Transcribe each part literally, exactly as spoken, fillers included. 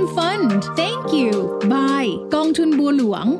I'm Fund Thank you Bye กองทุนบัวหลวง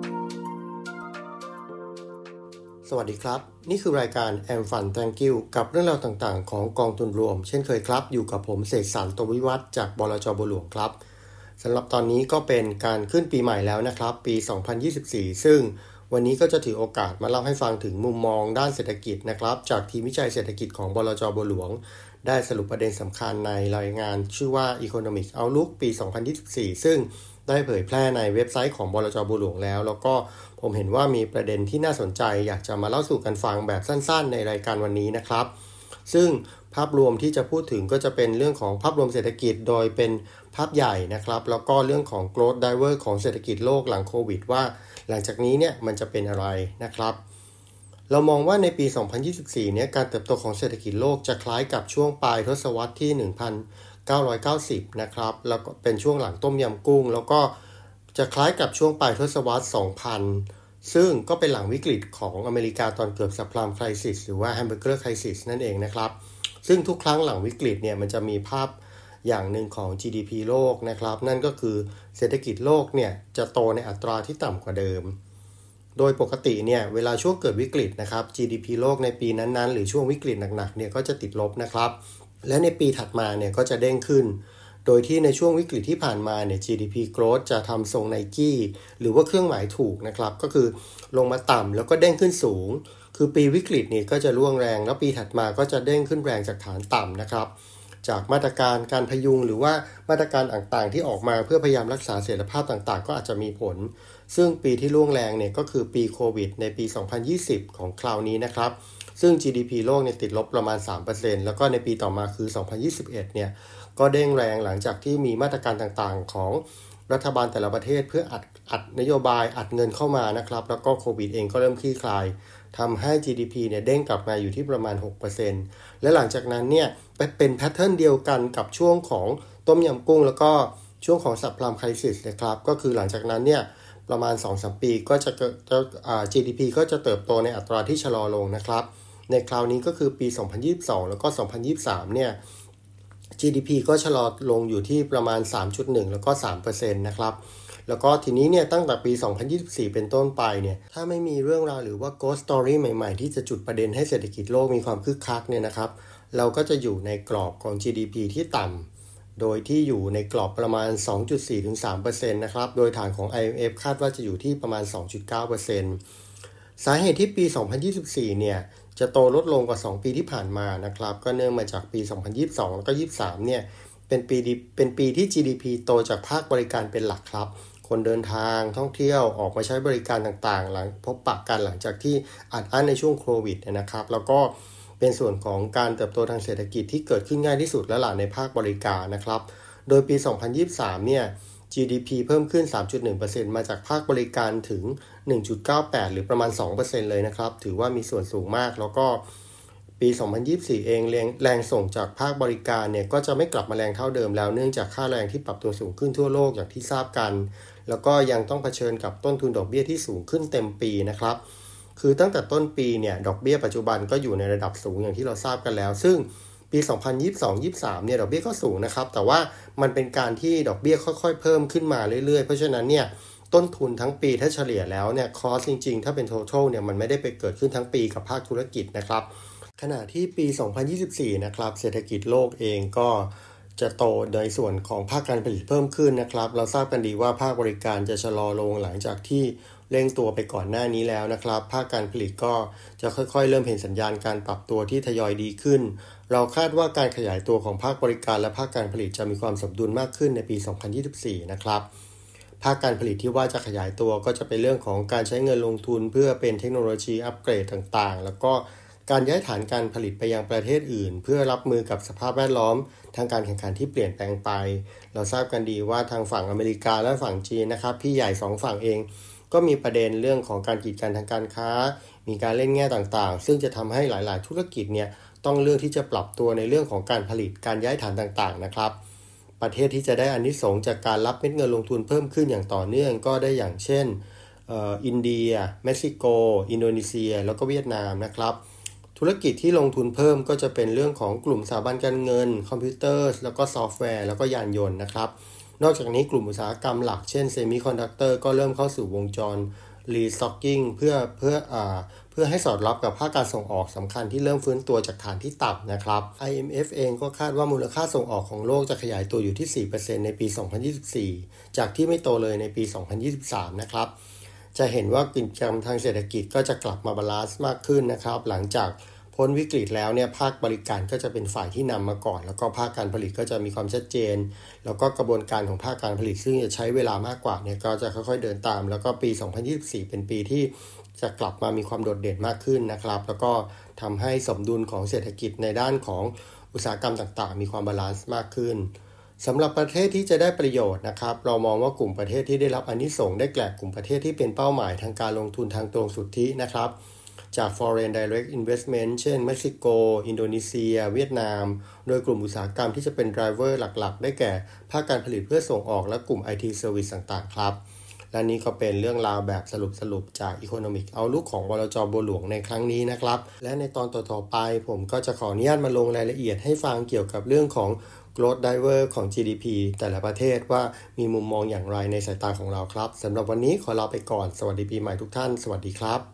สวัสดีครับนี่คือรายการ I'm Fund Thank you กับเรื่องราวต่างๆของกองทุนรวมเช่นเคยครับอยู่กับผมเสกสรร โตวิวัฒน์จากบลจ.บัวหลวงครับสำหรับตอนนี้ก็เป็นการขึ้นปีใหม่แล้วนะครับปีสองพันยี่สิบสี่ซึ่งวันนี้ก็จะถือโอกาสมาเล่าให้ฟังถึงมุมมองด้านเศรษฐกิจนะครับจากทีมวิจัยเศรษฐกิจของบลจ.บัวหลวงได้สรุปประเด็นสำคัญในรายงานชื่อว่า Economic Outlook ปีสองพันยี่สิบสี่ซึ่งได้เผยแพร่ในเว็บไซต์ของบลจ.บัวหลวงแล้วแล้วก็ผมเห็นว่ามีประเด็นที่น่าสนใจอยากจะมาเล่าสู่กันฟังแบบสั้นๆในรายการวันนี้นะครับซึ่งภาพรวมที่จะพูดถึงก็จะเป็นเรื่องของภาพรวมเศรษฐกิจโดยเป็นภาพใหญ่นะครับแล้วก็เรื่องของ growth driver ของเศรษฐกิจโลกหลังโควิดว่าหลังจากนี้เนี่ยมันจะเป็นอะไรนะครับเรามองว่าในปีสองพันยี่สิบสี่เนี่ยการเติบโตของเศรษฐกิจโลกจะคล้ายกับช่วงปลายทศวรรษที่หนึ่งพันเก้าร้อยเก้าสิบนะครับแล้วก็เป็นช่วงหลังต้มยำกุ้งแล้วก็จะคล้ายกับช่วงปลายทศวรรษสองพันซึ่งก็เป็นหลังวิกฤตของอเมริกาตอนเกือบซับไพรม์ไครซิสหรือว่าแฮมเบอร์เกอร์ไครซิสนั่นเองนะครับซึ่งทุกครั้งหลังวิกฤตเนี่ยมันจะมีภาพอย่างหนึ่งของ จี ดี พี โลกนะครับนั่นก็คือเศรษฐกิจโลกเนี่ยจะโตในอัตราที่ต่ำกว่าเดิมโดยปกติเนี่ยเวลาช่วงเกิดวิกฤตนะครับ จี ดี พี โลกในปีนั้นๆหรือช่วงวิกฤตหนักๆเนี่ยก็จะติดลบนะครับและในปีถัดมาเนี่ยก็จะเด้งขึ้นโดยที่ในช่วงวิกฤตที่ผ่านมาเนี่ย จี ดี พี growth จะทำทรง Nike หรือว่าเครื่องหมายถูกนะครับก็คือลงมาต่ำแล้วก็เด้งขึ้นสูงคือปีวิกฤตนี่ก็จะร่วงแรงแล้วปีถัดมาก็จะเด้งขึ้นแรงจากฐานต่ำนะครับจากมาตรการการพยุงหรือว่ามาตรการต่างๆที่ออกมาเพื่อพยายามรักษาเสถียรภาพต่างๆก็อาจจะมีผลซึ่งปีที่ร่วงแรงเนี่ยก็คือปีโควิดในปีสองพันยี่สิบของคราวนี้นะครับซึ่ง จี ดี พี โลกเนี่ยติดลบประมาณ สามเปอร์เซ็นต์ แล้วก็ในปีต่อมาคือสองพันยี่สิบเอ็ดเนี่ยก็เด้งแรงหลังจากที่มีมาตรการต่างๆของรัฐบาลแต่ละประเทศเพื่ออัดอัดนโยบายอัดเงินเข้ามานะครับแล้วก็โควิดเองก็เริ่มคลี่คลายทำให้ จี ดี พี เนี่ยเด้งกลับมาอยู่ที่ประมาณ หกเปอร์เซ็นต์ และหลังจากนั้นเนี่ยเป็นแพทเทิร์นเดียวกันกับช่วงของต้มยำกุ้งแล้วก็ช่วงของซับไพรม์ไครซิสนะครับก็คือหลังจากนั้นเนี่ยประมาณ สองถึงสาม ปีก็จะอ่า จี ดี พี ก็จะเติบโตในอัตราที่ชะลอลงนะครับในคราวนี้ก็คือปีสองพันยี่สิบสองแล้วก็สองพันยี่สิบสามเนี่ย จี ดี พี ก็ชะลอลงอยู่ที่ประมาณ สามจุดหนึ่ง แล้วก็ สามเปอร์เซ็นต์ นะครับแล้วก็ทีนี้เนี่ยตั้งแต่ปีสองพันยี่สิบสี่เป็นต้นไปเนี่ยถ้าไม่มีเรื่องราวหรือว่า Ghost Story ใหม่ๆที่จะจุดประเด็นให้เศรษฐกิจโลกมีความคึกคักเนี่ยนะครับเราก็จะอยู่ในกรอบของ จี ดี พี ที่ต่ำโดยที่อยู่ในกรอบประมาณ สองจุดสี่ถึงสามเปอร์เซ็นต์ นะครับโดยฐานของ ไอ เอ็ม เอฟ คาดว่าจะอยู่ที่ประมาณ สองจุดเก้าเปอร์เซ็นต์ สาเหตุที่ปีสองพันยี่สิบสี่เนี่ยจะโตลดลงกว่าสองปีที่ผ่านมานะครับก็เนื่องมาจากปีสองพันยี่สิบสองแล้วก็ยี่สิบสามเนี่ยเป็นปีเป็นปีที่ จี ดี พี โตจากภาคบริการเป็นหลักครับคนเดินทางท่องเที่ยวออกมาใช้บริการต่างๆหลังพบปะกันหลังจากที่อัดอั้นในช่วงโควิดนะครับแล้วก็เป็นส่วนของการเติบโตทางเศรษฐกิจที่เกิดขึ้นง่ายที่สุดและหลักในภาคบริการนะครับโดยปีสองพันยี่สิบสามเนี่ย จี ดี พี เพิ่มขึ้น สามจุดหนึ่งเปอร์เซ็นต์ มาจากภาคบริการถึง หนึ่งจุดเก้าแปด หรือประมาณ สองเปอร์เซ็นต์ เลยนะครับถือว่ามีส่วนสูงมากแล้วก็ปีสองพันยี่สิบสี่เองแรงแรงส่งจากภาคบริการเนี่ยก็จะไม่กลับมาแรงเท่าเดิมแล้วเนื่องจากค่าแรงที่ปรับตัวสูงขึ้นทั่วโลกอย่างที่ทราบกันแล้วก็ยังต้องเผชิญกับต้นทุนดอกเบี้ยที่สูงขึ้นเต็มปีนะครับคือตั้งแต่ต้นปีเนี่ยดอกเบี้ยปัจจุบันก็อยู่ในระดับสูงอย่างที่เราทราบกันแล้วซึ่งปีสองพันยี่สิบสอง ยี่สิบสามเนี่ยดอกเบี้ยก็สูงนะครับแต่ว่ามันเป็นการที่ดอกเบี้ยค่อยๆเพิ่มขึ้นมาเรื่อยๆเพราะฉะนั้นเนี่ยต้นทุนทั้งปีถ้าเฉลี่ยแล้วเนี่ยคอสจริงๆถ้าเป็น total เนี่ยมันไม่ได้ไปเกิดขึ้นทั้งปีกับภาคธุรกิจนะครับขณะที่ปีสองพันยี่สิบสี่นะครับเศรษฐกิจโลกเองก็จะโตในส่วนของภาคการผลิตเพิ่มขึ้นนะครับเราทราบกันดีว่าภาคบริการจะชะลอลงหลังจากที่เร่งตัวไปก่อนหน้านี้แล้วนะครับภาคการผลิตก็จะค่อยๆเริ่มเห็นสัญญาณการปรับตัวที่ทยอยดีขึ้นเราคาดว่าการขยายตัวของภาคบริการและภาคการผลิตจะมีความสมดุลมากขึ้นในปีสองพันยี่สิบสี่นะครับภาคการผลิตที่ว่าจะขยายตัวก็จะเป็นเรื่องของการใช้เงินลงทุนเพื่อเป็นเทคโนโลยีอัปเกรดต่างๆแล้วก็การย้ายฐานการผลิตไปยังประเทศอื่นเพื่อรับมือกับสภาพแวดล้อมทางการแข่งขันที่เปลี่ยนแปลงไปเราทราบกันดีว่าทางฝั่งอเมริกาและฝั่งจีนนะครับพี่ใหญ่สองฝั่งเองก็มีประเด็นเรื่องของการกีดกันทางการค้ามีการเล่นแง่ต่างๆซึ่งจะทำให้หลายๆธุรกิจเนี่ยต้องเลือกที่จะปรับตัวในเรื่องของการผลิตการย้ายฐานต่างๆนะครับประเทศที่จะได้อานิสงส์จากการรับเม็ดเงินลงทุนเพิ่มขึ้นอย่างต่อเนื่องก็ได้อย่างเช่นเอ่ออินเดียเม็กซิโกอินโดนีเซียแล้วก็เวียดนามนะครับธุรกิจที่ลงทุนเพิ่มก็จะเป็นเรื่องของกลุ่มสถาบันการเงินคอมพิวเตอร์แล้วก็ซอฟต์แวร์แล้วก็ยานยนต์นะครับนอกจากนี้กลุ่มอุตสาหกรรมหลักเช่นเซมิคอนดักเตอร์ก็เริ่มเข้าสู่วงจร restocking เพื่อเพื่ออ่าเพื่อให้สอดรับกับภาคการส่งออกสำคัญที่เริ่มฟื้นตัวจากฐานที่ต่ำนะครับ ไอ เอ็ม เอฟ เองก็คาดว่ามูลค่าส่งออกของโลกจะขยายตัวอยู่ที่ สี่เปอร์เซ็นต์ ในปี สองพันยี่สิบสี่ จากที่ไม่โตเลยในปี สองพันยี่สิบสาม นะครับจะเห็นว่ากิจกรรมทางเศรษฐกิจก็จะกลับมาบาลานซ์มากขึ้นนะครับหลังจากพ้นวิกฤตแล้วเนี่ยภาคบริการก็จะเป็นฝ่ายที่นำมาก่อนแล้วก็ภาคการผลิตก็จะมีความชัดเจนแล้วก็กระบวนการของภาคการผลิตซึ่งจะใช้เวลามากกว่าเนี่ยก็จะค่อยๆเดินตามแล้วก็ปี สองพันยี่สิบสี่ เป็นปีที่จะกลับมามีความโดดเด่นมากขึ้นนะครับแล้วก็ทำให้สมดุลของเศรษฐกิจในด้านของอุตสาหกรรมต่างๆมีความบาลานซ์มากขึ้นสำหรับประเทศที่จะได้ประโยชน์นะครับเรามองว่ากลุ่มประเทศที่ได้รับอานิสงส์ได้แก่กลุ่มประเทศที่เป็นเป้าหมายทางการลงทุนทางตรงสุทธินะครับจาก foreign direct investment เช่นเม็กซิโกอินโดนีเซียเวียดนามโดยกลุ่มอุตสาหกรรมที่จะเป็น driver หลักๆได้แก่ภาคการผลิตเพื่อส่งออกและกลุ่ม ไอ ที service ต่างๆครับและนี่ก็เป็นเรื่องราวแบบสรุปๆจาก Economic Outlook ของบลจ.บัวหลวงในครั้งนี้นะครับและในตอนต่อๆไปผมก็จะขออนุญาตมาลงรายละเอียดให้ฟังเกี่ยวกับเรื่องของ growth driver ของ จี ดี พี แต่ละประเทศว่ามีมุมมองอย่างไรในสายตาของเราครับสำหรับวันนี้ขอลาไปก่อนสวัสดีปีใหม่ทุกท่านสวัสดีครับ